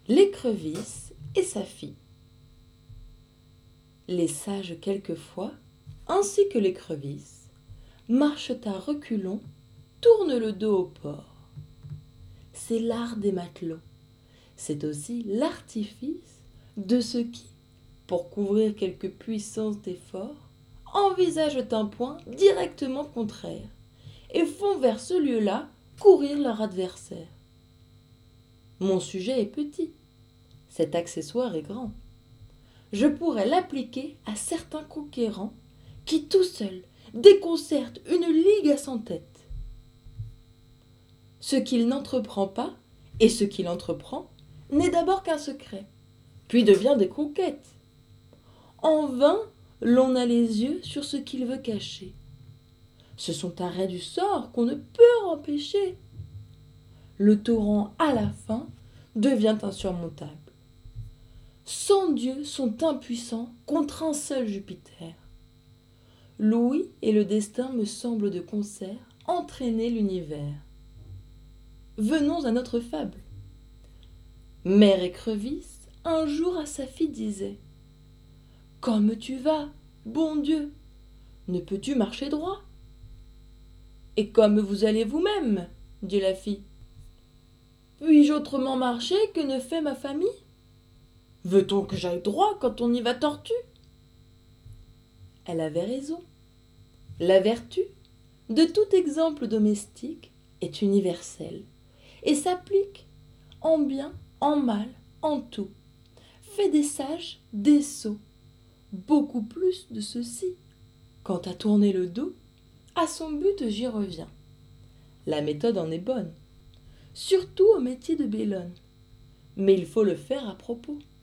L'écrevisse et sa fille. Les sages quelquefois, ainsi que l'écrevisse, marchent à reculons, tournent le dos au port. C'est l'art des matelots. C'est aussi l'artifice de ceux qui, pour couvrir quelque puissance d'effort, envisagent un point directement contraire et font vers ce lieu-là courir leur adversaire. Mon sujet est petit, cet accessoire est grand. Je pourrais l'appliquer à certains conquérants qui tout seuls déconcertent une ligue à 100 têtes. Ce qu'il n'entreprend pas et ce qu'il entreprend n'est d'abord qu'un secret, puis devient des conquêtes. En vain, l'on a les yeux sur ce qu'il veut cacher. Ce sont arrêts du sort qu'on ne peut empêcher. Le torrent, à la fin, devient insurmontable. 100 dieux sont impuissants contre un seul Jupiter. L'ouïe et le destin me semblent de concert entraîner l'univers. Venons à notre fable. Mère écrevisse, un jour à sa fille disait « Comme tu vas, bon Dieu, ne peux-tu marcher droit ?»« Et comme vous allez vous-même, dit la fille. Puis-je autrement marcher que ne fait ma famille ? Veut-on que j'aille droit quand on y va tortu ? » Elle avait raison. La vertu, de tout exemple domestique, est universelle et s'applique en bien, en mal, en tout. Fait des sages des sots. Beaucoup plus de ceci. Quant à tourner le dos, à son but j'y reviens. La méthode en est bonne, surtout au métier de bellone. Mais il faut le faire à propos.